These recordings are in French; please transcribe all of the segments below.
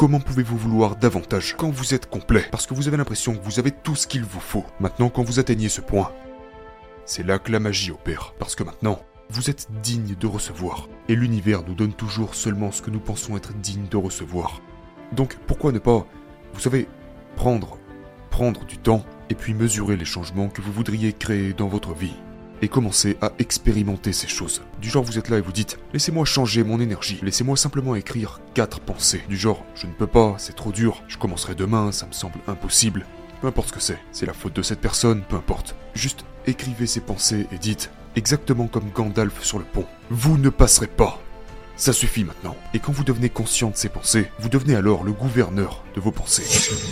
comment pouvez-vous vouloir davantage quand vous êtes complet? Parce que vous avez l'impression que vous avez tout ce qu'il vous faut. Maintenant, quand vous atteignez ce point, c'est là que la magie opère. Parce que maintenant, vous êtes digne de recevoir. Et l'univers nous donne toujours seulement ce que nous pensons être digne de recevoir. Donc, pourquoi ne pas, vous savez, prendre du temps et puis mesurer les changements que vous voudriez créer dans votre vie. Et commencer à expérimenter ces choses. Du genre, vous êtes là et vous dites « Laissez-moi changer mon énergie. Laissez-moi simplement écrire 4 pensées. » Du genre « Je ne peux pas, c'est trop dur. Je commencerai demain, ça me semble impossible. » Peu importe ce que c'est la faute de cette personne, peu importe. Juste écrivez ces pensées et dites, exactement comme Gandalf sur le pont, « Vous ne passerez pas. » Ça suffit maintenant. Et quand vous devenez conscient de ces pensées, vous devenez alors le gouverneur de vos pensées.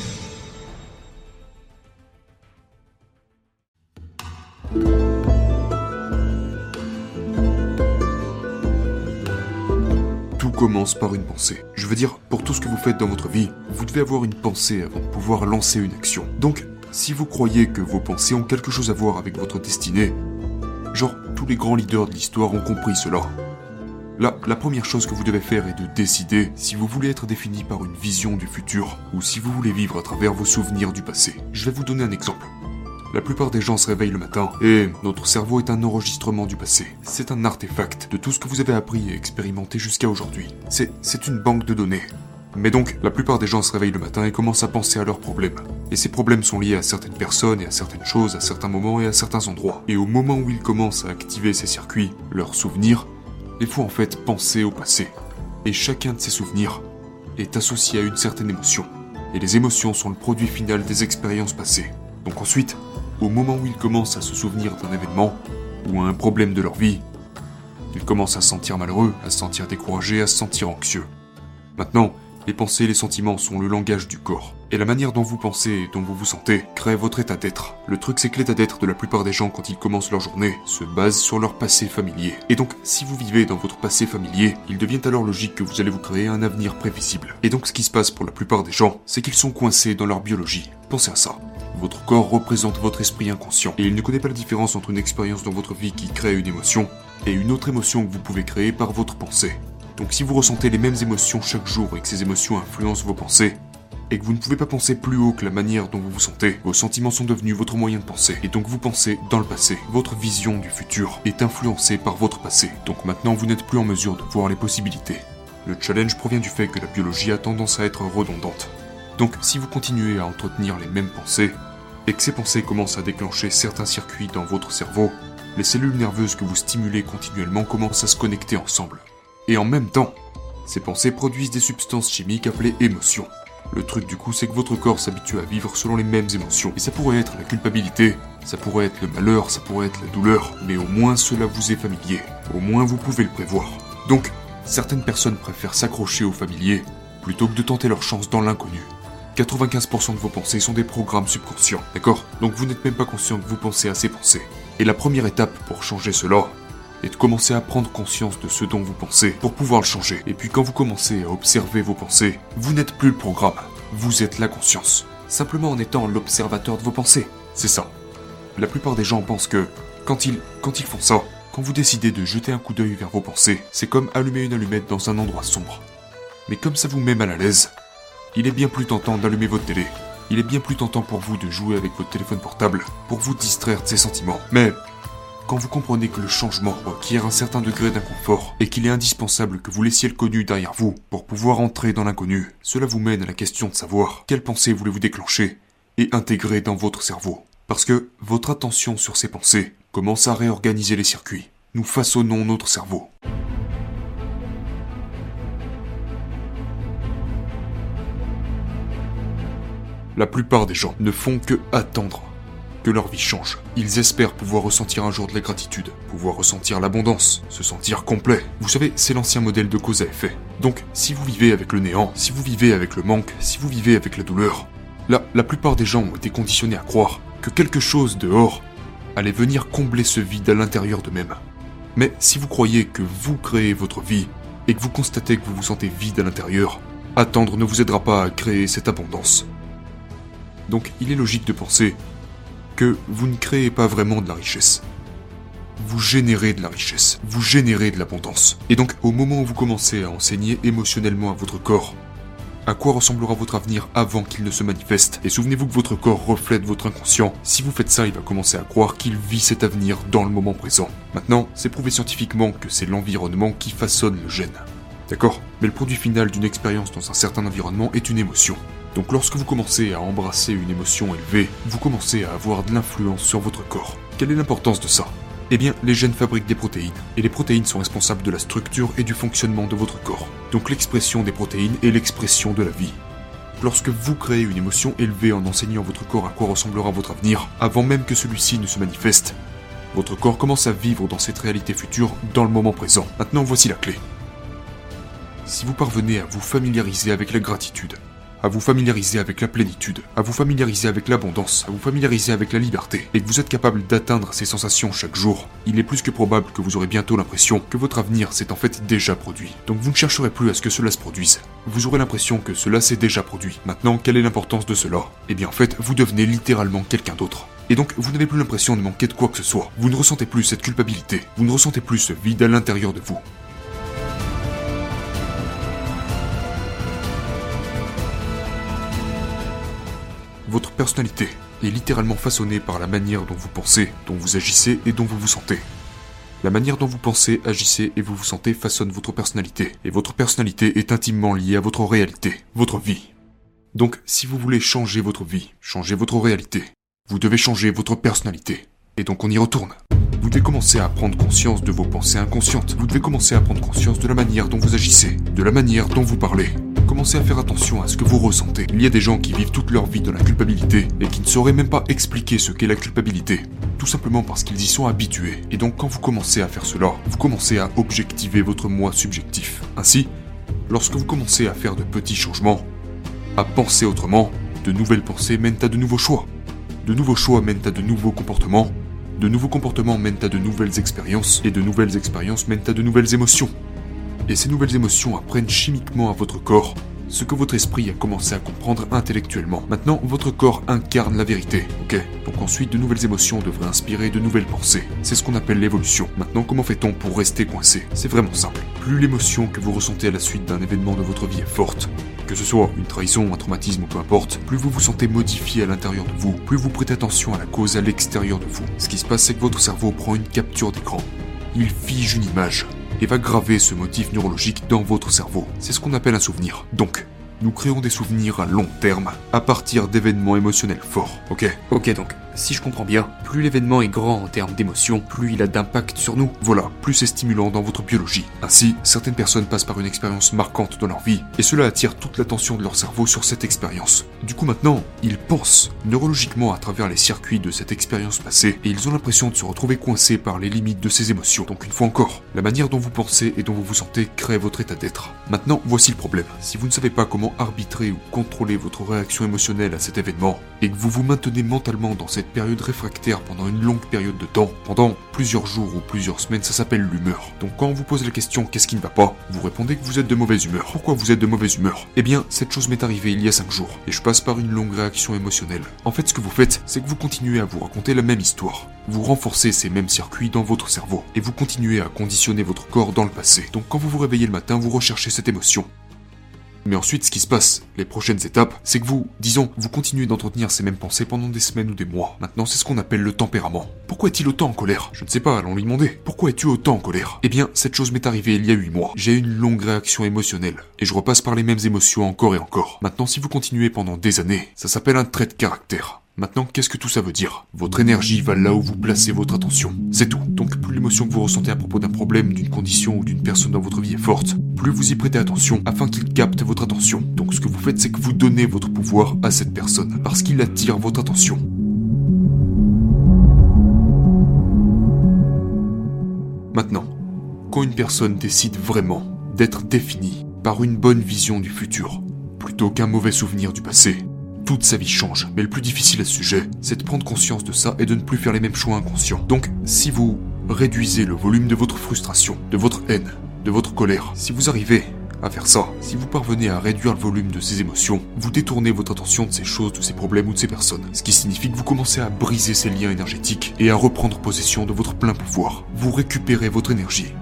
Tout commence par une pensée. Je veux dire, pour tout ce que vous faites dans votre vie, vous devez avoir une pensée avant de pouvoir lancer une action. Donc, si vous croyez que vos pensées ont quelque chose à voir avec votre destinée, genre, tous les grands leaders de l'histoire ont compris cela. Là, la première chose que vous devez faire est de décider si vous voulez être défini par une vision du futur ou si vous voulez vivre à travers vos souvenirs du passé. Je vais vous donner un exemple. La plupart des gens se réveillent le matin et notre cerveau est un enregistrement du passé. C'est un artefact de tout ce que vous avez appris et expérimenté jusqu'à aujourd'hui. C'est une banque de données. Mais donc, la plupart des gens se réveillent le matin et commencent à penser à leurs problèmes. Et ces problèmes sont liés à certaines personnes et à certaines choses, à certains moments et à certains endroits. Et au moment où ils commencent à activer ces circuits, leurs souvenirs, il faut en fait penser au passé. Et chacun de ces souvenirs est associé à une certaine émotion. Et les émotions sont le produit final des expériences passées. Donc ensuite, au moment où ils commencent à se souvenir d'un événement ou à un problème de leur vie, ils commencent à se sentir malheureux, à se sentir découragés, à se sentir anxieux. Maintenant, les pensées et les sentiments sont le langage du corps. Et la manière dont vous pensez et dont vous vous sentez crée votre état d'être. Le truc, c'est que l'état d'être de la plupart des gens quand ils commencent leur journée se base sur leur passé familier. Et donc, si vous vivez dans votre passé familier, il devient alors logique que vous allez vous créer un avenir prévisible. Et donc, ce qui se passe pour la plupart des gens, c'est qu'ils sont coincés dans leur biologie. Pensez à ça. Votre corps représente votre esprit inconscient. Et il ne connaît pas la différence entre une expérience dans votre vie qui crée une émotion et une autre émotion que vous pouvez créer par votre pensée. Donc si vous ressentez les mêmes émotions chaque jour et que ces émotions influencent vos pensées, et que vous ne pouvez pas penser plus haut que la manière dont vous vous sentez, vos sentiments sont devenus votre moyen de penser, et donc vous pensez dans le passé. Votre vision du futur est influencée par votre passé, donc maintenant vous n'êtes plus en mesure de voir les possibilités. Le challenge provient du fait que la biologie a tendance à être redondante. Donc si vous continuez à entretenir les mêmes pensées, et que ces pensées commencent à déclencher certains circuits dans votre cerveau, les cellules nerveuses que vous stimulez continuellement commencent à se connecter ensemble. Et en même temps, ces pensées produisent des substances chimiques appelées émotions. Le truc du coup, c'est que votre corps s'habitue à vivre selon les mêmes émotions. Et ça pourrait être la culpabilité, ça pourrait être le malheur, ça pourrait être la douleur, mais au moins cela vous est familier. Au moins vous pouvez le prévoir. Donc, certaines personnes préfèrent s'accrocher au familier plutôt que de tenter leur chance dans l'inconnu. 95% de vos pensées sont des programmes subconscients, d'accord? Donc vous n'êtes même pas conscient que vous pensez à ces pensées. Et la première étape pour changer cela est de commencer à prendre conscience de ce dont vous pensez pour pouvoir le changer. Et puis quand vous commencez à observer vos pensées, vous n'êtes plus le programme, vous êtes la conscience. Simplement en étant l'observateur de vos pensées. C'est ça. La plupart des gens pensent que quand ils font ça, quand vous décidez de jeter un coup d'œil vers vos pensées, c'est comme allumer une allumette dans un endroit sombre. Mais comme ça vous met mal à l'aise, il est bien plus tentant d'allumer votre télé. Il est bien plus tentant pour vous de jouer avec votre téléphone portable pour vous distraire de ces sentiments. Mais quand vous comprenez que le changement requiert un certain degré d'inconfort et qu'il est indispensable que vous laissiez le connu derrière vous pour pouvoir entrer dans l'inconnu, cela vous mène à la question de savoir quelles pensées voulez-vous déclencher et intégrer dans votre cerveau. Parce que votre attention sur ces pensées commence à réorganiser les circuits. Nous façonnons notre cerveau. La plupart des gens ne font que attendre que leur vie change. Ils espèrent pouvoir ressentir un jour de la gratitude, pouvoir ressentir l'abondance, se sentir complet. Vous savez, c'est l'ancien modèle de cause à effet. Donc, si vous vivez avec le néant, si vous vivez avec le manque, si vous vivez avec la douleur, la plupart des gens ont été conditionnés à croire que quelque chose dehors allait venir combler ce vide à l'intérieur d'eux-mêmes. Mais si vous croyez que vous créez votre vie et que vous constatez que vous vous sentez vide à l'intérieur, attendre ne vous aidera pas à créer cette abondance. Donc, il est logique de penser que vous ne créez pas vraiment de la richesse. Vous générez de la richesse, vous générez de l'abondance. Et donc, au moment où vous commencez à enseigner émotionnellement à votre corps à quoi ressemblera votre avenir avant qu'il ne se manifeste. Et souvenez-vous que votre corps reflète votre inconscient. Si vous faites ça, il va commencer à croire qu'il vit cet avenir dans le moment présent. Maintenant, c'est prouvé scientifiquement que c'est l'environnement qui façonne le gène. D'accord? Mais le produit final d'une expérience dans un certain environnement est une émotion. Donc lorsque vous commencez à embrasser une émotion élevée, vous commencez à avoir de l'influence sur votre corps. Quelle est l'importance de ça? Eh bien, les gènes fabriquent des protéines, et les protéines sont responsables de la structure et du fonctionnement de votre corps. Donc l'expression des protéines est l'expression de la vie. Lorsque vous créez une émotion élevée en enseignant à votre corps à quoi ressemblera votre avenir, avant même que celui-ci ne se manifeste, votre corps commence à vivre dans cette réalité future dans le moment présent. Maintenant, voici la clé. Si vous parvenez à vous familiariser avec la gratitude, à vous familiariser avec la plénitude, à vous familiariser avec l'abondance, à vous familiariser avec la liberté, et que vous êtes capable d'atteindre ces sensations chaque jour, il est plus que probable que vous aurez bientôt l'impression que votre avenir s'est en fait déjà produit. Donc vous ne chercherez plus à ce que cela se produise. Vous aurez l'impression que cela s'est déjà produit. Maintenant, quelle est l'importance de cela? Eh bien en fait, vous devenez littéralement quelqu'un d'autre. Et donc, vous n'avez plus l'impression de manquer de quoi que ce soit. Vous ne ressentez plus cette culpabilité. Vous ne ressentez plus ce vide à l'intérieur de vous. Votre personnalité est littéralement façonnée par la manière dont vous pensez, dont vous agissez et dont vous vous sentez. La manière dont vous pensez, agissez et vous vous sentez façonne votre personnalité. Et votre personnalité est intimement liée à votre réalité, votre vie. Donc, si vous voulez changer votre vie, changer votre réalité, vous devez changer votre personnalité. Et donc on y retourne. Vous devez commencer à prendre conscience de vos pensées inconscientes. Vous devez commencer à prendre conscience de la manière dont vous agissez, de la manière dont vous parlez. Commencez à faire attention à ce que vous ressentez. Il y a des gens qui vivent toute leur vie dans la culpabilité et qui ne sauraient même pas expliquer ce qu'est la culpabilité. Tout simplement parce qu'ils y sont habitués. Et donc quand vous commencez à faire cela, vous commencez à objectiver votre moi subjectif. Ainsi, lorsque vous commencez à faire de petits changements, à penser autrement, de nouvelles pensées mènent à de nouveaux choix. De nouveaux choix mènent à de nouveaux comportements. De nouveaux comportements mènent à de nouvelles expériences. Et de nouvelles expériences mènent à de nouvelles émotions. Et ces nouvelles émotions apprennent chimiquement à votre corps ce que votre esprit a commencé à comprendre intellectuellement. Maintenant, votre corps incarne la vérité, ok? Donc ensuite, de nouvelles émotions devraient inspirer de nouvelles pensées. C'est ce qu'on appelle l'évolution. Maintenant, comment fait-on pour rester coincé? C'est vraiment simple. Plus l'émotion que vous ressentez à la suite d'un événement de votre vie est forte, que ce soit une trahison, un traumatisme ou peu importe, plus vous vous sentez modifié à l'intérieur de vous, plus vous prêtez attention à la cause à l'extérieur de vous. Ce qui se passe, c'est que votre cerveau prend une capture d'écran. Il fige une image et va graver ce motif neurologique dans votre cerveau. C'est ce qu'on appelle un souvenir. Donc, nous créons des souvenirs à long terme, à partir d'événements émotionnels forts, ok? Ok, donc, si je comprends bien, plus l'événement est grand en termes d'émotion, plus il a d'impact sur nous. Voilà, plus c'est stimulant dans votre biologie. Ainsi, certaines personnes passent par une expérience marquante dans leur vie, et cela attire toute l'attention de leur cerveau sur cette expérience. Du coup maintenant, ils pensent neurologiquement à travers les circuits de cette expérience passée, et ils ont l'impression de se retrouver coincés par les limites de ces émotions. Donc une fois encore, la manière dont vous pensez et dont vous vous sentez crée votre état d'être. Maintenant, voici le problème. Si vous ne savez pas comment arbitrer ou contrôler votre réaction émotionnelle à cet événement, et que vous vous maintenez mentalement dans cette période réfractaire pendant une longue période de temps, pendant plusieurs jours ou plusieurs semaines, ça s'appelle l'humeur. Donc quand on vous pose la question qu'est-ce qui ne va pas, vous répondez que vous êtes de mauvaise humeur. Pourquoi vous êtes de mauvaise humeur? Eh bien, cette chose m'est arrivée il y a 5 jours, et je passe par une longue réaction émotionnelle. En fait, ce que vous faites, c'est que vous continuez à vous raconter la même histoire. Vous renforcez ces mêmes circuits dans votre cerveau, et vous continuez à conditionner votre corps dans le passé. Donc quand vous vous réveillez le matin, vous recherchez cette émotion. Mais ensuite, ce qui se passe, les prochaines étapes, c'est que vous continuez d'entretenir ces mêmes pensées pendant des semaines ou des mois. Maintenant, c'est ce qu'on appelle le tempérament. Pourquoi est-il autant en colère? Je ne sais pas, allons lui demander. Pourquoi es-tu autant en colère? Eh bien, cette chose m'est arrivée il y a 8 mois. J'ai une longue réaction émotionnelle, et je repasse par les mêmes émotions encore et encore. Maintenant, si vous continuez pendant des années, ça s'appelle un trait de caractère. Maintenant, qu'est-ce que tout ça veut dire? Votre énergie va là où vous placez votre attention. C'est tout. Donc, plus l'émotion que vous ressentez à propos d'un problème, d'une condition ou d'une personne dans votre vie est forte, plus vous y prêtez attention afin qu'il capte votre attention. Donc, ce que vous faites, c'est que vous donnez votre pouvoir à cette personne, parce qu'il attire votre attention. Maintenant, quand une personne décide vraiment d'être définie par une bonne vision du futur, plutôt qu'un mauvais souvenir du passé, toute sa vie change, mais le plus difficile à ce sujet, c'est de prendre conscience de ça et de ne plus faire les mêmes choix inconscients. Donc, si vous réduisez le volume de votre frustration, de votre haine, de votre colère, si vous arrivez à faire ça, si vous parvenez à réduire le volume de ces émotions, vous détournez votre attention de ces choses, de ces problèmes ou de ces personnes. Ce qui signifie que vous commencez à briser ces liens énergétiques et à reprendre possession de votre plein pouvoir. Vous récupérez votre énergie.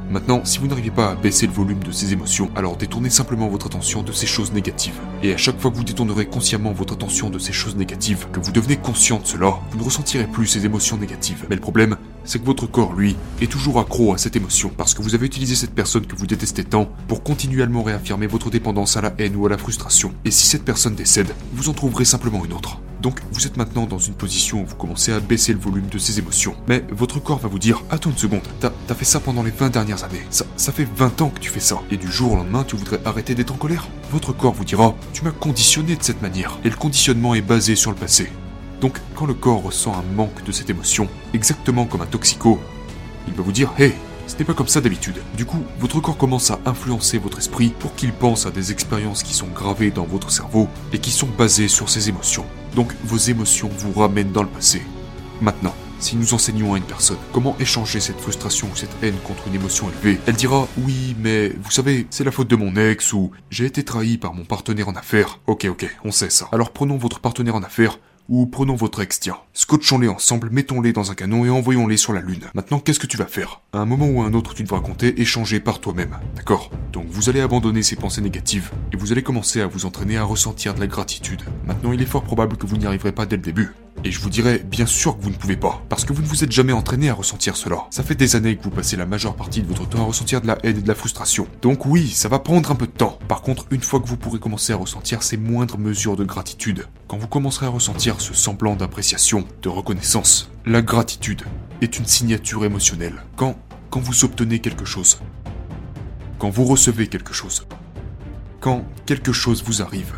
Maintenant, si vous n'arrivez pas à baisser le volume de ces émotions, alors détournez simplement votre attention de ces choses négatives. Et à chaque fois que vous détournerez consciemment votre attention de ces choses négatives, que vous devenez conscient de cela, vous ne ressentirez plus ces émotions négatives. Mais le problème, c'est que votre corps, lui, est toujours accro à cette émotion, parce que vous avez utilisé cette personne que vous détestez tant pour continuellement réaffirmer votre dépendance à la haine ou à la frustration. Et si cette personne décède, vous en trouverez simplement une autre. Donc, vous êtes maintenant dans une position où vous commencez à baisser le volume de ces émotions. Mais votre corps va vous dire, attends une seconde, t'as fait ça pendant les 20 dernières années. Ça fait 20 ans que tu fais ça. Et du jour au lendemain, tu voudrais arrêter d'être en colère? Votre corps vous dira, tu m'as conditionné de cette manière. Et le conditionnement est basé sur le passé. Donc, quand le corps ressent un manque de cette émotion, exactement comme un toxico, il va vous dire, hey, ce n'est pas comme ça d'habitude. Du coup, votre corps commence à influencer votre esprit pour qu'il pense à des expériences qui sont gravées dans votre cerveau et qui sont basées sur ces émotions. Donc, vos émotions vous ramènent dans le passé. Maintenant, si nous enseignons à une personne comment échanger cette frustration ou cette haine contre une émotion élevée, elle dira « Oui, mais vous savez, c'est la faute de mon ex » ou « J'ai été trahi par mon partenaire en affaires ». Ok, on sait ça. Alors prenons votre partenaire en affaires ou prenons votre ex, tiens. Scotchons-les ensemble, mettons-les dans un canon et envoyons-les sur la lune. Maintenant, qu'est-ce que tu vas faire? À un moment ou à un autre, tu devras compter et changer par toi-même. D'accord? Donc vous allez abandonner ces pensées négatives et vous allez commencer à vous entraîner à ressentir de la gratitude. Maintenant, il est fort probable que vous n'y arriverez pas dès le début. Et je vous dirais bien sûr que vous ne pouvez pas, parce que vous ne vous êtes jamais entraîné à ressentir cela. Ça fait des années que vous passez la majeure partie de votre temps à ressentir de la haine et de la frustration. Donc oui, ça va prendre un peu de temps. Par contre, une fois que vous pourrez commencer à ressentir ces moindres mesures de gratitude, quand vous commencerez à ressentir ce semblant d'appréciation, de reconnaissance, la gratitude est une signature émotionnelle. Quand vous obtenez quelque chose, quand vous recevez quelque chose, quand quelque chose vous arrive,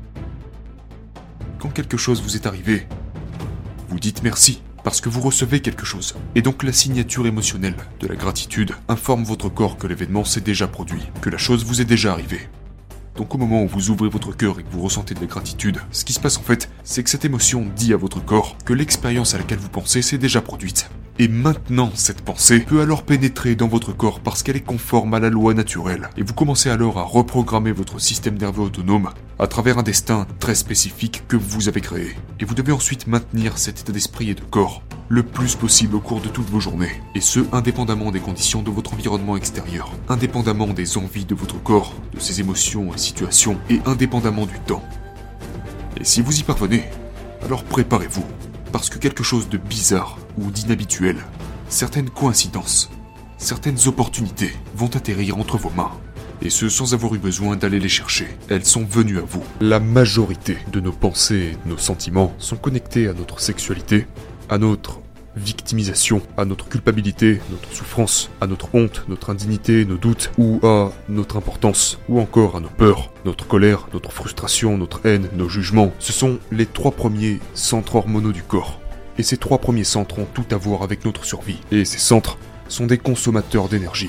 quand quelque chose vous est arrivé, vous dites merci, parce que vous recevez quelque chose. Et donc la signature émotionnelle de la gratitude informe votre corps que l'événement s'est déjà produit, que la chose vous est déjà arrivée. Donc au moment où vous ouvrez votre cœur et que vous ressentez de la gratitude, ce qui se passe en fait, c'est que cette émotion dit à votre corps que l'expérience à laquelle vous pensez s'est déjà produite. Et maintenant, cette pensée peut alors pénétrer dans votre corps parce qu'elle est conforme à la loi naturelle. Et vous commencez alors à reprogrammer votre système nerveux autonome à travers un destin très spécifique que vous avez créé. Et vous devez ensuite maintenir cet état d'esprit et de corps le plus possible au cours de toutes vos journées. Et ce, indépendamment des conditions de votre environnement extérieur, indépendamment des envies de votre corps, de ses émotions et situations, et indépendamment du temps. Et si vous y parvenez, alors préparez-vous. Parce que quelque chose de bizarre ou d'inhabituel, certaines coïncidences, certaines opportunités vont atterrir entre vos mains. Et ce sans avoir eu besoin d'aller les chercher. Elles sont venues à vous. La majorité de nos pensées et de nos sentiments sont connectés à notre sexualité, à notre victimisation, à notre culpabilité, notre souffrance, à notre honte, notre indignité, nos doutes, ou à notre importance, ou encore à nos peurs, notre colère, notre frustration, notre haine, nos jugements. Ce sont les 3 premiers centres hormonaux du corps. Et ces 3 premiers centres ont tout à voir avec notre survie. Et ces centres sont des consommateurs d'énergie,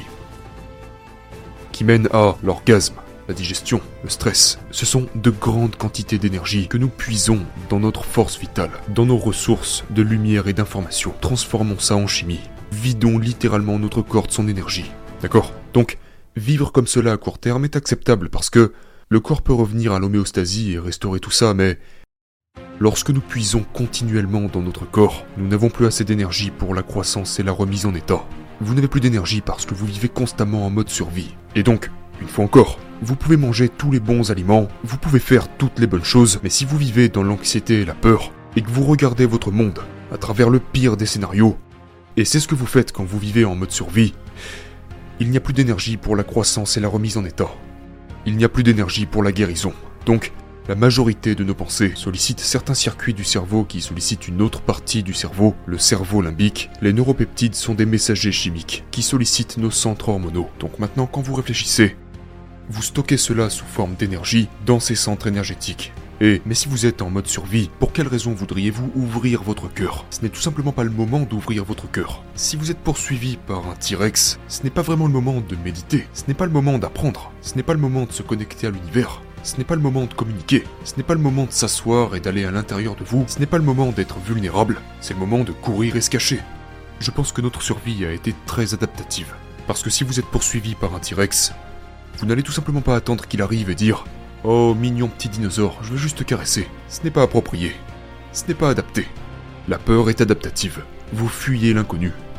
qui mènent à l'orgasme, la digestion, le stress. Ce sont de grandes quantités d'énergie que nous puisons dans notre force vitale, dans nos ressources de lumière et d'information. Transformons ça en chimie. Vidons littéralement notre corps de son énergie. D'accord? Donc, vivre comme cela à court terme est acceptable parce que le corps peut revenir à l'homéostasie et restaurer tout ça, mais lorsque nous puisons continuellement dans notre corps, nous n'avons plus assez d'énergie pour la croissance et la remise en état. Vous n'avez plus d'énergie parce que vous vivez constamment en mode survie. Et donc, une fois encore, vous pouvez manger tous les bons aliments, vous pouvez faire toutes les bonnes choses, mais si vous vivez dans l'anxiété et la peur, et que vous regardez votre monde à travers le pire des scénarios, et c'est ce que vous faites quand vous vivez en mode survie, il n'y a plus d'énergie pour la croissance et la remise en état. Il n'y a plus d'énergie pour la guérison. Donc, la majorité de nos pensées sollicitent certains circuits du cerveau qui sollicitent une autre partie du cerveau, le cerveau limbique. Les neuropeptides sont des messagers chimiques qui sollicitent nos centres hormonaux. Donc maintenant, quand vous réfléchissez, vous stockez cela sous forme d'énergie dans ces centres énergétiques. Mais si vous êtes en mode survie, pour quelle raison voudriez-vous ouvrir votre cœur? Ce n'est tout simplement pas le moment d'ouvrir votre cœur. Si vous êtes poursuivi par un T-Rex, ce n'est pas vraiment le moment de méditer. Ce n'est pas le moment d'apprendre. Ce n'est pas le moment de se connecter à l'univers. Ce n'est pas le moment de communiquer, ce n'est pas le moment de s'asseoir et d'aller à l'intérieur de vous, ce n'est pas le moment d'être vulnérable, c'est le moment de courir et se cacher. Je pense que notre survie a été très adaptative, parce que si vous êtes poursuivi par un T-Rex, vous n'allez tout simplement pas attendre qu'il arrive et dire « Oh, mignon petit dinosaure, je veux juste te caresser ». Ce n'est pas approprié, ce n'est pas adapté. La peur est adaptative, vous fuyez l'inconnu.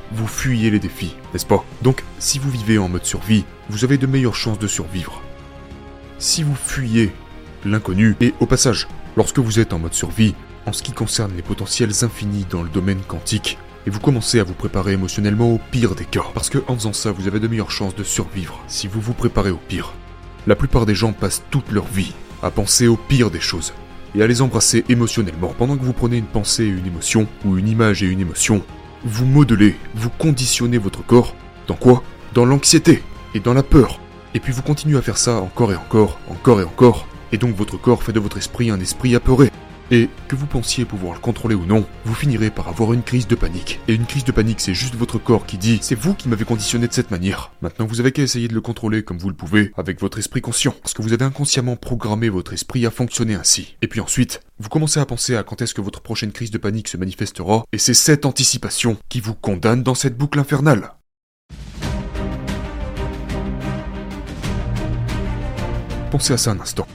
vous fuyez les défis, n'est-ce pas? Donc, si vous vivez en mode survie, vous avez de meilleures chances de survivre. Si vous fuyez l'inconnu, et au passage, lorsque vous êtes en mode survie, en ce qui concerne les potentiels infinis dans le domaine quantique, et vous commencez à vous préparer émotionnellement au pire des cas, parce que en faisant ça, vous avez de meilleures chances de survivre, si vous vous préparez au pire. La plupart des gens passent toute leur vie à penser au pire des choses, et à les embrasser émotionnellement. Pendant que vous prenez une pensée et une émotion, ou une image et une émotion, vous modelez, vous conditionnez votre corps, dans quoi? Dans l'anxiété, et dans la peur. Et puis vous continuez à faire ça encore et encore, encore et encore, et donc votre corps fait de votre esprit un esprit apeuré. Et que vous pensiez pouvoir le contrôler ou non, vous finirez par avoir une crise de panique. Et une crise de panique, c'est juste votre corps qui dit « C'est vous qui m'avez conditionné de cette manière. Maintenant, vous avez qu'à essayer de le contrôler comme vous le pouvez, avec votre esprit conscient. Parce que vous avez inconsciemment programmé votre esprit à fonctionner ainsi. Et puis ensuite, vous commencez à penser à quand est-ce que votre prochaine crise de panique se manifestera, et c'est cette anticipation qui vous condamne dans cette boucle infernale. Pensez à ça un instant.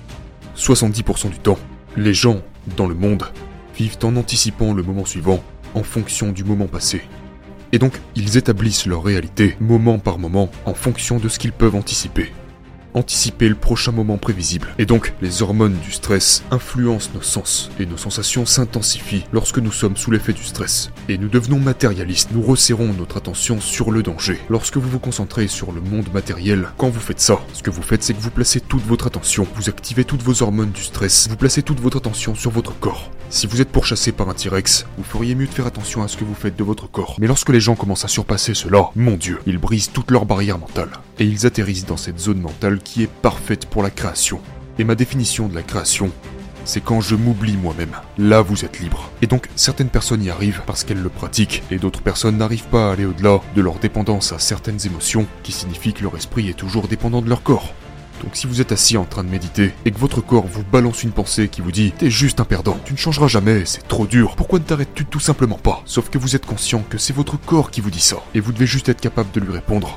70% du temps, les gens dans le monde vivent en anticipant le moment suivant en fonction du moment passé. Et donc, ils établissent leur réalité, moment par moment, en fonction de ce qu'ils peuvent anticiper. Anticiper le prochain moment prévisible. Et donc, les hormones du stress influencent nos sens, et nos sensations s'intensifient lorsque nous sommes sous l'effet du stress. Et nous devenons matérialistes, nous resserrons notre attention sur le danger. Lorsque vous vous concentrez sur le monde matériel, quand vous faites ça, ce que vous faites, c'est que vous placez toute votre attention, vous activez toutes vos hormones du stress, vous placez toute votre attention sur votre corps. Si vous êtes pourchassé par un T-Rex, vous feriez mieux de faire attention à ce que vous faites de votre corps. Mais lorsque les gens commencent à surpasser cela, mon Dieu, ils brisent toutes leurs barrières mentales. Et ils atterrissent dans cette zone mentale qui est parfaite pour la création. Et ma définition de la création, c'est quand je m'oublie moi-même. Là, vous êtes libre. Et donc, certaines personnes y arrivent parce qu'elles le pratiquent, et d'autres personnes n'arrivent pas à aller au-delà de leur dépendance à certaines émotions, qui signifie que leur esprit est toujours dépendant de leur corps. Donc si vous êtes assis en train de méditer, et que votre corps vous balance une pensée qui vous dit « T'es juste un perdant, tu ne changeras jamais, c'est trop dur, pourquoi ne t'arrêtes-tu tout simplement pas ?» Sauf que vous êtes conscient que c'est votre corps qui vous dit ça, et vous devez juste être capable de lui répondre.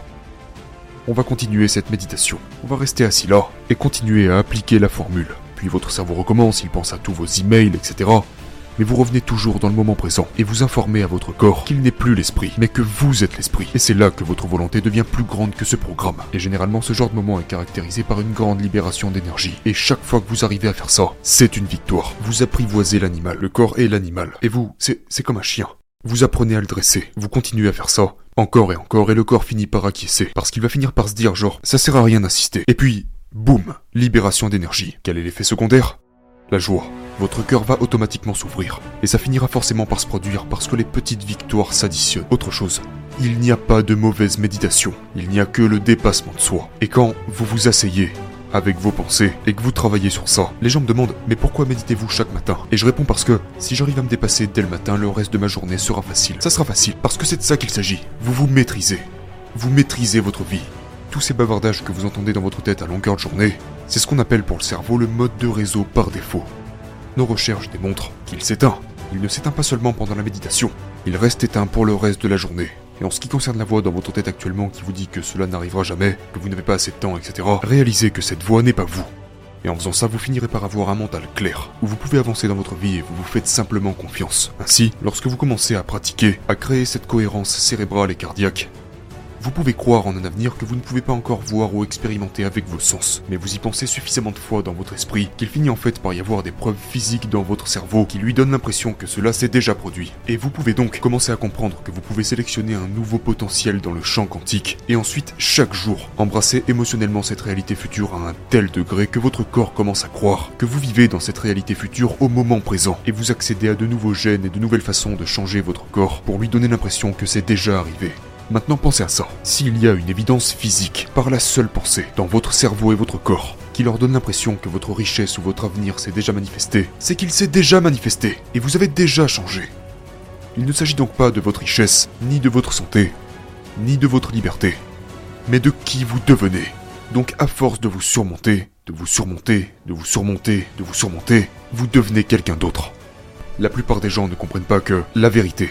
On va continuer cette méditation. On va rester assis là, et continuer à appliquer la formule. Puis votre cerveau recommence, il pense à tous vos emails, etc. Mais vous revenez toujours dans le moment présent, et vous informez à votre corps qu'il n'est plus l'esprit, mais que vous êtes l'esprit. Et c'est là que votre volonté devient plus grande que ce programme. Et généralement, ce genre de moment est caractérisé par une grande libération d'énergie. Et chaque fois que vous arrivez à faire ça, c'est une victoire. Vous apprivoisez l'animal, le corps est l'animal. Et vous, c'est comme un chien. Vous apprenez à le dresser, vous continuez à faire ça, encore, et le corps finit par acquiescer. Parce qu'il va finir par se dire genre, ça sert à rien d'insister. Et puis, boum, libération d'énergie. Quel est l'effet secondaire? La joie. Votre cœur va automatiquement s'ouvrir. Et ça finira forcément par se produire parce que les petites victoires s'additionnent. Autre chose, il n'y a pas de mauvaise méditation. Il n'y a que le dépassement de soi. Et quand vous vous asseyez avec vos pensées et que vous travaillez sur ça, les gens me demandent « Mais pourquoi méditez-vous chaque matin ?» Et je réponds parce que si j'arrive à me dépasser dès le matin, le reste de ma journée sera facile. Ça sera facile parce que c'est de ça qu'il s'agit. Vous vous maîtrisez. Vous maîtrisez votre vie. Tous ces bavardages que vous entendez dans votre tête à longueur de journée, c'est ce qu'on appelle pour le cerveau le mode de réseau par défaut. Nos recherches démontrent qu'il s'éteint. Il ne s'éteint pas seulement pendant la méditation, il reste éteint pour le reste de la journée. Et en ce qui concerne la voix dans votre tête actuellement qui vous dit que cela n'arrivera jamais, que vous n'avez pas assez de temps, etc., réalisez que cette voix n'est pas vous. Et en faisant ça, vous finirez par avoir un mental clair, où vous pouvez avancer dans votre vie et vous vous faites simplement confiance. Ainsi, lorsque vous commencez à pratiquer, à créer cette cohérence cérébrale et cardiaque, vous pouvez croire en un avenir que vous ne pouvez pas encore voir ou expérimenter avec vos sens, mais vous y pensez suffisamment de fois dans votre esprit qu'il finit en fait par y avoir des preuves physiques dans votre cerveau qui lui donnent l'impression que cela s'est déjà produit. Et vous pouvez donc commencer à comprendre que vous pouvez sélectionner un nouveau potentiel dans le champ quantique, et ensuite, chaque jour, embrasser émotionnellement cette réalité future à un tel degré que votre corps commence à croire que vous vivez dans cette réalité future au moment présent, et vous accédez à de nouveaux gènes et de nouvelles façons de changer votre corps pour lui donner l'impression que c'est déjà arrivé. Maintenant pensez à ça. S'il y a une évidence physique, par la seule pensée, dans votre cerveau et votre corps, qui leur donne l'impression que votre richesse ou votre avenir s'est déjà manifesté, c'est qu'il s'est déjà manifesté, et vous avez déjà changé. Il ne s'agit donc pas de votre richesse, ni de votre santé, ni de votre liberté, mais de qui vous devenez. Donc à force de vous surmonter, de vous surmonter, de vous surmonter, de vous surmonter, vous devenez quelqu'un d'autre. La plupart des gens ne comprennent pas que la vérité,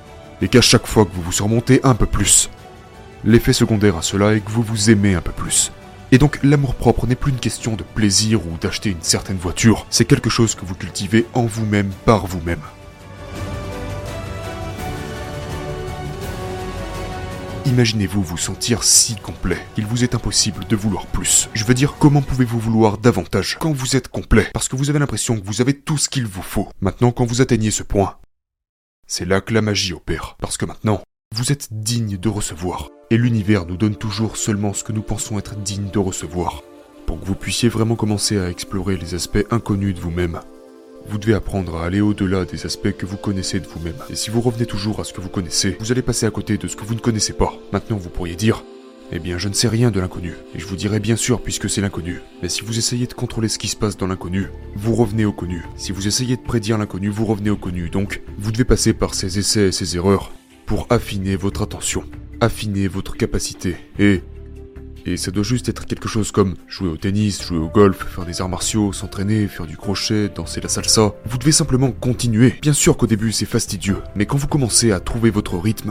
et qu'à chaque fois que vous vous surmontez un peu plus, l'effet secondaire à cela est que vous vous aimez un peu plus. Et donc l'amour-propre n'est plus une question de plaisir ou d'acheter une certaine voiture, c'est quelque chose que vous cultivez en vous-même par vous-même. imaginez-vous vous sentir si complet qu'il vous est impossible de vouloir plus. Je veux dire, comment pouvez-vous vouloir davantage quand vous êtes complet? Parce que vous avez l'impression que vous avez tout ce qu'il vous faut. Maintenant, quand vous atteignez ce point, c'est là que la magie opère. Parce que maintenant, vous êtes digne de recevoir. Et l'univers nous donne toujours seulement ce que nous pensons être dignes de recevoir. Pour que vous puissiez vraiment commencer à explorer les aspects inconnus de vous-même, vous devez apprendre à aller au-delà des aspects que vous connaissez de vous-même. Et si vous revenez toujours à ce que vous connaissez, vous allez passer à côté de ce que vous ne connaissez pas. Maintenant, vous pourriez dire, eh bien, je ne sais rien de l'inconnu. Et je vous dirai bien sûr puisque c'est l'inconnu. Mais si vous essayez de contrôler ce qui se passe dans l'inconnu, vous revenez au connu. Si vous essayez de prédire l'inconnu, vous revenez au connu. Donc, vous devez passer par ces essais et ces erreurs pour affiner votre attention, affiner votre capacité. Et ça doit juste être quelque chose comme jouer au tennis, jouer au golf, faire des arts martiaux, s'entraîner, faire du crochet, danser la salsa. Vous devez simplement continuer. Bien sûr qu'au début c'est fastidieux, mais quand vous commencez à trouver votre rythme...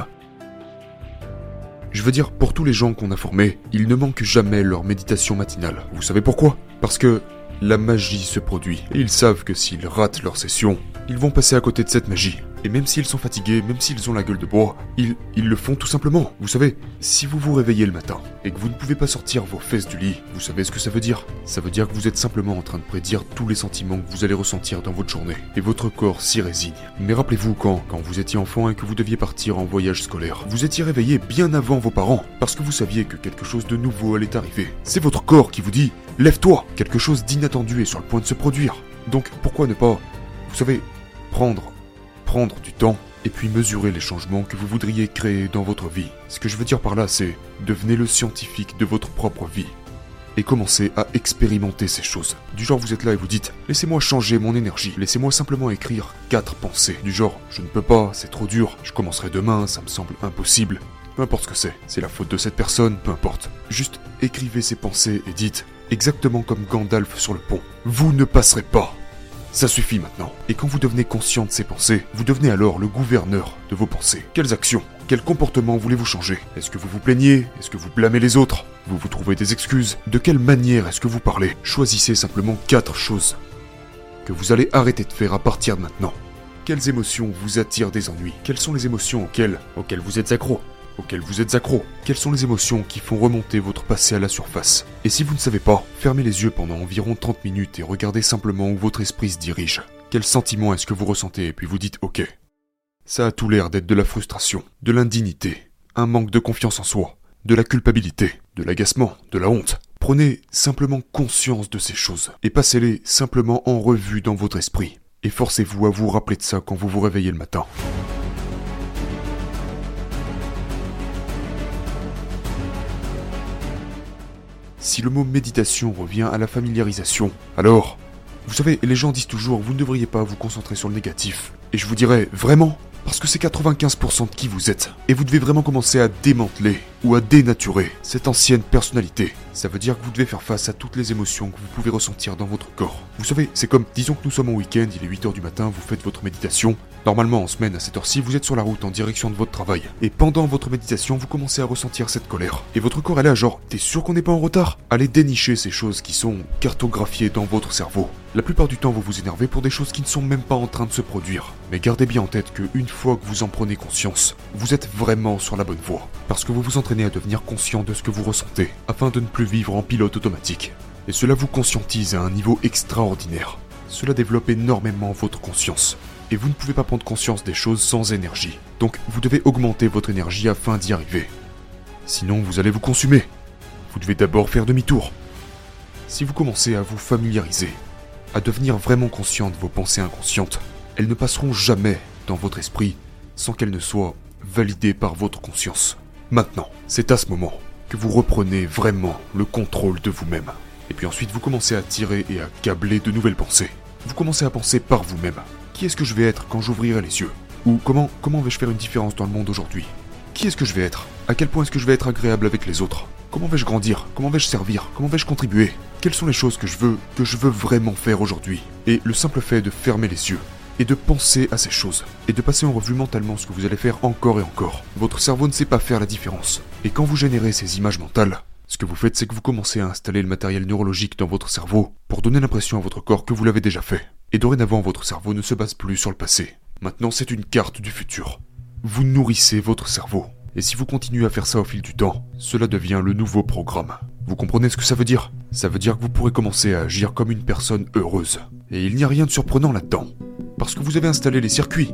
Je veux dire, pour tous les gens qu'on a formés, ils ne manquent jamais leur méditation matinale. Vous savez pourquoi? Parce que la magie se produit. Et ils savent que s'ils ratent leur session, ils vont passer à côté de cette magie. Et même s'ils sont fatigués, même s'ils ont la gueule de bois, ils le font tout simplement. Vous savez, si vous vous réveillez le matin et que vous ne pouvez pas sortir vos fesses du lit, vous savez ce que ça veut dire? Ça veut dire que vous êtes simplement en train de prédire tous les sentiments que vous allez ressentir dans votre journée. Et votre corps s'y résigne. Mais rappelez-vous quand vous étiez enfant et que vous deviez partir en voyage scolaire, vous étiez réveillé bien avant vos parents, parce que vous saviez que quelque chose de nouveau allait arriver. C'est votre corps qui vous dit « Lève-toi !» Quelque chose d'inattendu est sur le point de se produire. Donc pourquoi ne pas, vous savez, prendre du temps et puis mesurer les changements que vous voudriez créer dans votre vie. Ce que je veux dire par là, c'est devenez le scientifique de votre propre vie et commencez à expérimenter ces choses. Du genre, vous êtes là et vous dites « Laissez-moi changer mon énergie, laissez-moi simplement écrire 4 pensées. » Du genre « Je ne peux pas, c'est trop dur, je commencerai demain, ça me semble impossible. » Peu importe ce que c'est la faute de cette personne, peu importe. Juste écrivez ces pensées et dites, exactement comme Gandalf sur le pont, « Vous ne passerez pas !» Ça suffit maintenant. Et quand vous devenez conscient de ces pensées, vous devenez alors le gouverneur de vos pensées. Quelles actions, quels comportements voulez-vous changer? Est-ce que vous vous plaignez? Est-ce que vous blâmez les autres? Vous vous trouvez des excuses? De quelle manière est-ce que vous parlez? Choisissez simplement 4 choses que vous allez arrêter de faire à partir de maintenant. Quelles émotions vous attirent des ennuis? Quelles sont les émotions auxquelles vous êtes accro? Quelles sont les émotions qui font remonter votre passé à la surface? Et si vous ne savez pas, fermez les yeux pendant environ 30 minutes et regardez simplement où votre esprit se dirige. Quel sentiment est-ce que vous ressentez? Et puis vous dites, ok, ça a tout l'air d'être de la frustration, de l'indignité, un manque de confiance en soi, de la culpabilité, de l'agacement, de la honte. Prenez simplement conscience de ces choses et passez-les simplement en revue dans votre esprit. Et forcez-vous à vous rappeler de ça quand vous vous réveillez le matin. Si le mot méditation revient à la familiarisation, alors, vous savez, les gens disent toujours, vous ne devriez pas vous concentrer sur le négatif. Et je vous dirais, vraiment? Parce que c'est 95% de qui vous êtes. Et vous devez vraiment commencer à démanteler ou à dénaturer cette ancienne personnalité. Ça veut dire que vous devez faire face à toutes les émotions que vous pouvez ressentir dans votre corps. Vous savez, c'est comme, disons que nous sommes au week-end, il est 8h du matin, vous faites votre méditation. Normalement, en semaine, à cette heure-ci, vous êtes sur la route en direction de votre travail. Et pendant votre méditation, vous commencez à ressentir cette colère. Et votre corps est là, genre, t'es sûr qu'on n'est pas en retard? Allez dénicher ces choses qui sont cartographiées dans votre cerveau. La plupart du temps, vous vous énervez pour des choses qui ne sont même pas en train de se produire. Mais gardez bien en tête qu'une fois que vous en prenez conscience, vous êtes vraiment sur la bonne voie. Parce que vous vous entraînez à devenir conscient de ce que vous ressentez, afin de ne plus vivre en pilote automatique. Et cela vous conscientise à un niveau extraordinaire. Cela développe énormément votre conscience. Et vous ne pouvez pas prendre conscience des choses sans énergie. Donc vous devez augmenter votre énergie afin d'y arriver. Sinon vous allez vous consumer. Vous devez d'abord faire demi-tour. Si vous commencez à vous familiariser, à devenir vraiment conscient de vos pensées inconscientes, elles ne passeront jamais dans votre esprit sans qu'elles ne soient validées par votre conscience. Maintenant, c'est à ce moment que vous reprenez vraiment le contrôle de vous-même. Et puis ensuite vous commencez à tirer et à câbler de nouvelles pensées. Vous commencez à penser par vous-même. Qui est-ce que je vais être quand j'ouvrirai les yeux? Ou comment vais-je faire une différence dans le monde aujourd'hui? Qui est-ce que je vais être? À quel point est-ce que je vais être agréable avec les autres? Comment vais-je grandir? Comment vais-je servir? Comment vais-je contribuer? Quelles sont les choses que je veux vraiment faire aujourd'hui? Et le simple fait de fermer les yeux, et de penser à ces choses, et de passer en revue mentalement ce que vous allez faire encore et encore. Votre cerveau ne sait pas faire la différence. Et quand vous générez ces images mentales, ce que vous faites, c'est que vous commencez à installer le matériel neurologique dans votre cerveau pour donner l'impression à votre corps que vous l'avez déjà fait. Et dorénavant, votre cerveau ne se base plus sur le passé. Maintenant, c'est une carte du futur. Vous nourrissez votre cerveau. Et si vous continuez à faire ça au fil du temps, cela devient le nouveau programme. Vous comprenez ce que ça veut dire? Ça veut dire que vous pourrez commencer à agir comme une personne heureuse. Et il n'y a rien de surprenant là-dedans. Parce que vous avez installé les circuits.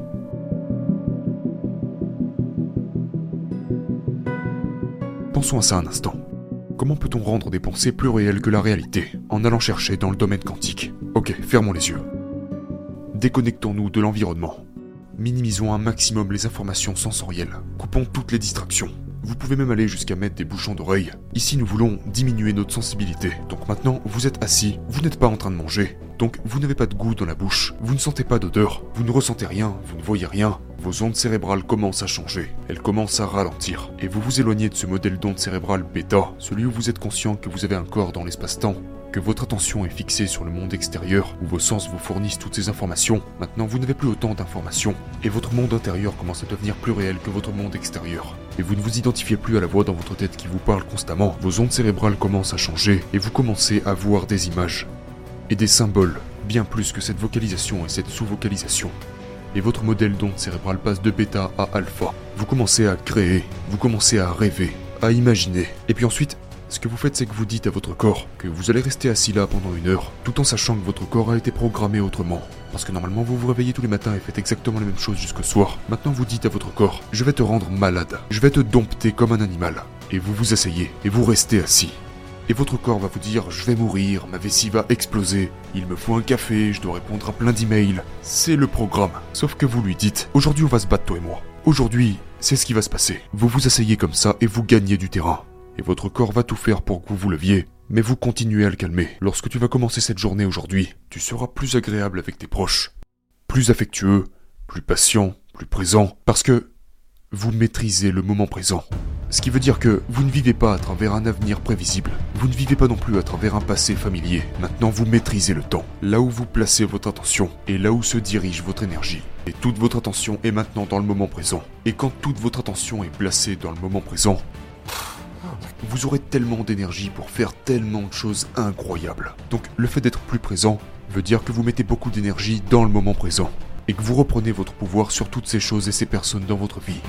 Pensons à ça un instant. Comment peut-on rendre des pensées plus réelles que la réalité en allant chercher dans le domaine quantique? Ok, fermons les yeux. Déconnectons-nous de l'environnement. Minimisons un maximum les informations sensorielles. Coupons toutes les distractions. Vous pouvez même aller jusqu'à mettre des bouchons d'oreilles. Ici, nous voulons diminuer notre sensibilité. Donc maintenant, vous êtes assis, vous n'êtes pas en train de manger. Donc vous n'avez pas de goût dans la bouche, vous ne sentez pas d'odeur, vous ne ressentez rien, vous ne voyez rien. Vos ondes cérébrales commencent à changer, elles commencent à ralentir. Et vous vous éloignez de ce modèle d'onde cérébrale bêta, celui où vous êtes conscient que vous avez un corps dans l'espace-temps, que votre attention est fixée sur le monde extérieur, où vos sens vous fournissent toutes ces informations. Maintenant, vous n'avez plus autant d'informations, et votre monde intérieur commence à devenir plus réel que votre monde extérieur. Et vous ne vous identifiez plus à la voix dans votre tête qui vous parle constamment. Vos ondes cérébrales commencent à changer, et vous commencez à voir des images et des symboles, bien plus que cette vocalisation et cette sous-vocalisation. Et votre modèle d'onde cérébrale passe de bêta à alpha. Vous commencez à créer, vous commencez à rêver, à imaginer. Et puis ensuite, ce que vous faites, c'est que vous dites à votre corps que vous allez rester assis là pendant 1 heure, tout en sachant que votre corps a été programmé autrement. Parce que normalement, vous vous réveillez tous les matins et faites exactement la même chose jusqu'au soir. Maintenant, vous dites à votre corps, je vais te rendre malade, je vais te dompter comme un animal. Et vous vous asseyez, et vous restez assis. Et votre corps va vous dire, je vais mourir, ma vessie va exploser, il me faut un café, je dois répondre à plein d'emails. C'est le programme. Sauf que vous lui dites, aujourd'hui on va se battre toi et moi. Aujourd'hui, c'est ce qui va se passer. Vous vous asseyez comme ça et vous gagnez du terrain. Et votre corps va tout faire pour que vous vous leviez, mais vous continuez à le calmer. Lorsque tu vas commencer cette journée aujourd'hui, tu seras plus agréable avec tes proches, plus affectueux, plus patient, plus présent, parce que vous maîtrisez le moment présent. Ce qui veut dire que vous ne vivez pas à travers un avenir prévisible. Vous ne vivez pas non plus à travers un passé familier. Maintenant, vous maîtrisez le temps. Là où vous placez votre attention et là où se dirige votre énergie. Et toute votre attention est maintenant dans le moment présent. Et quand toute votre attention est placée dans le moment présent, vous aurez tellement d'énergie pour faire tellement de choses incroyables. Donc, le fait d'être plus présent veut dire que vous mettez beaucoup d'énergie dans le moment présent. Et que vous reprenez votre pouvoir sur toutes ces choses et ces personnes dans votre vie.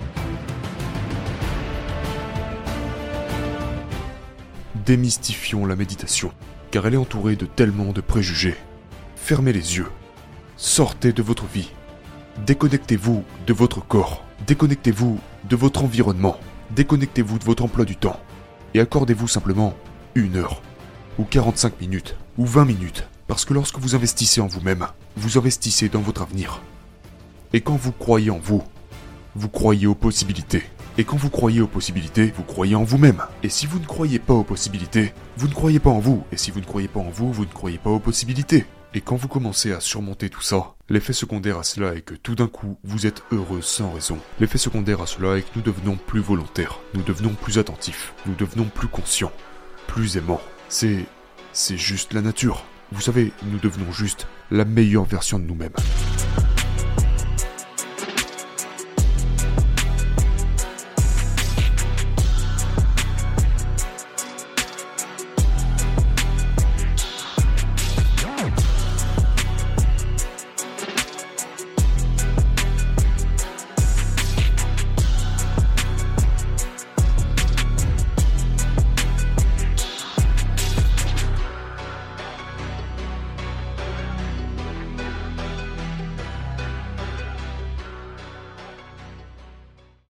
Démystifions la méditation, car elle est entourée de tellement de préjugés. Fermez les yeux. Sortez de votre vie. Déconnectez-vous de votre corps. Déconnectez-vous de votre environnement. Déconnectez-vous de votre emploi du temps. Et accordez-vous simplement 1 heure, ou 45 minutes, ou 20 minutes. Parce que lorsque vous investissez en vous-même, vous investissez dans votre avenir. Et quand vous croyez en vous, vous croyez aux possibilités. Et quand vous croyez aux possibilités, vous croyez en vous-même. Et si vous ne croyez pas aux possibilités, vous ne croyez pas en vous. Et si vous ne croyez pas en vous, vous ne croyez pas aux possibilités. Et quand vous commencez à surmonter tout ça, l'effet secondaire à cela est que tout d'un coup, vous êtes heureux sans raison. L'effet secondaire à cela est que nous devenons plus volontaires, nous devenons plus attentifs, nous devenons plus conscients, plus aimants. C'est juste la nature. Vous savez, nous devenons juste la meilleure version de nous-mêmes.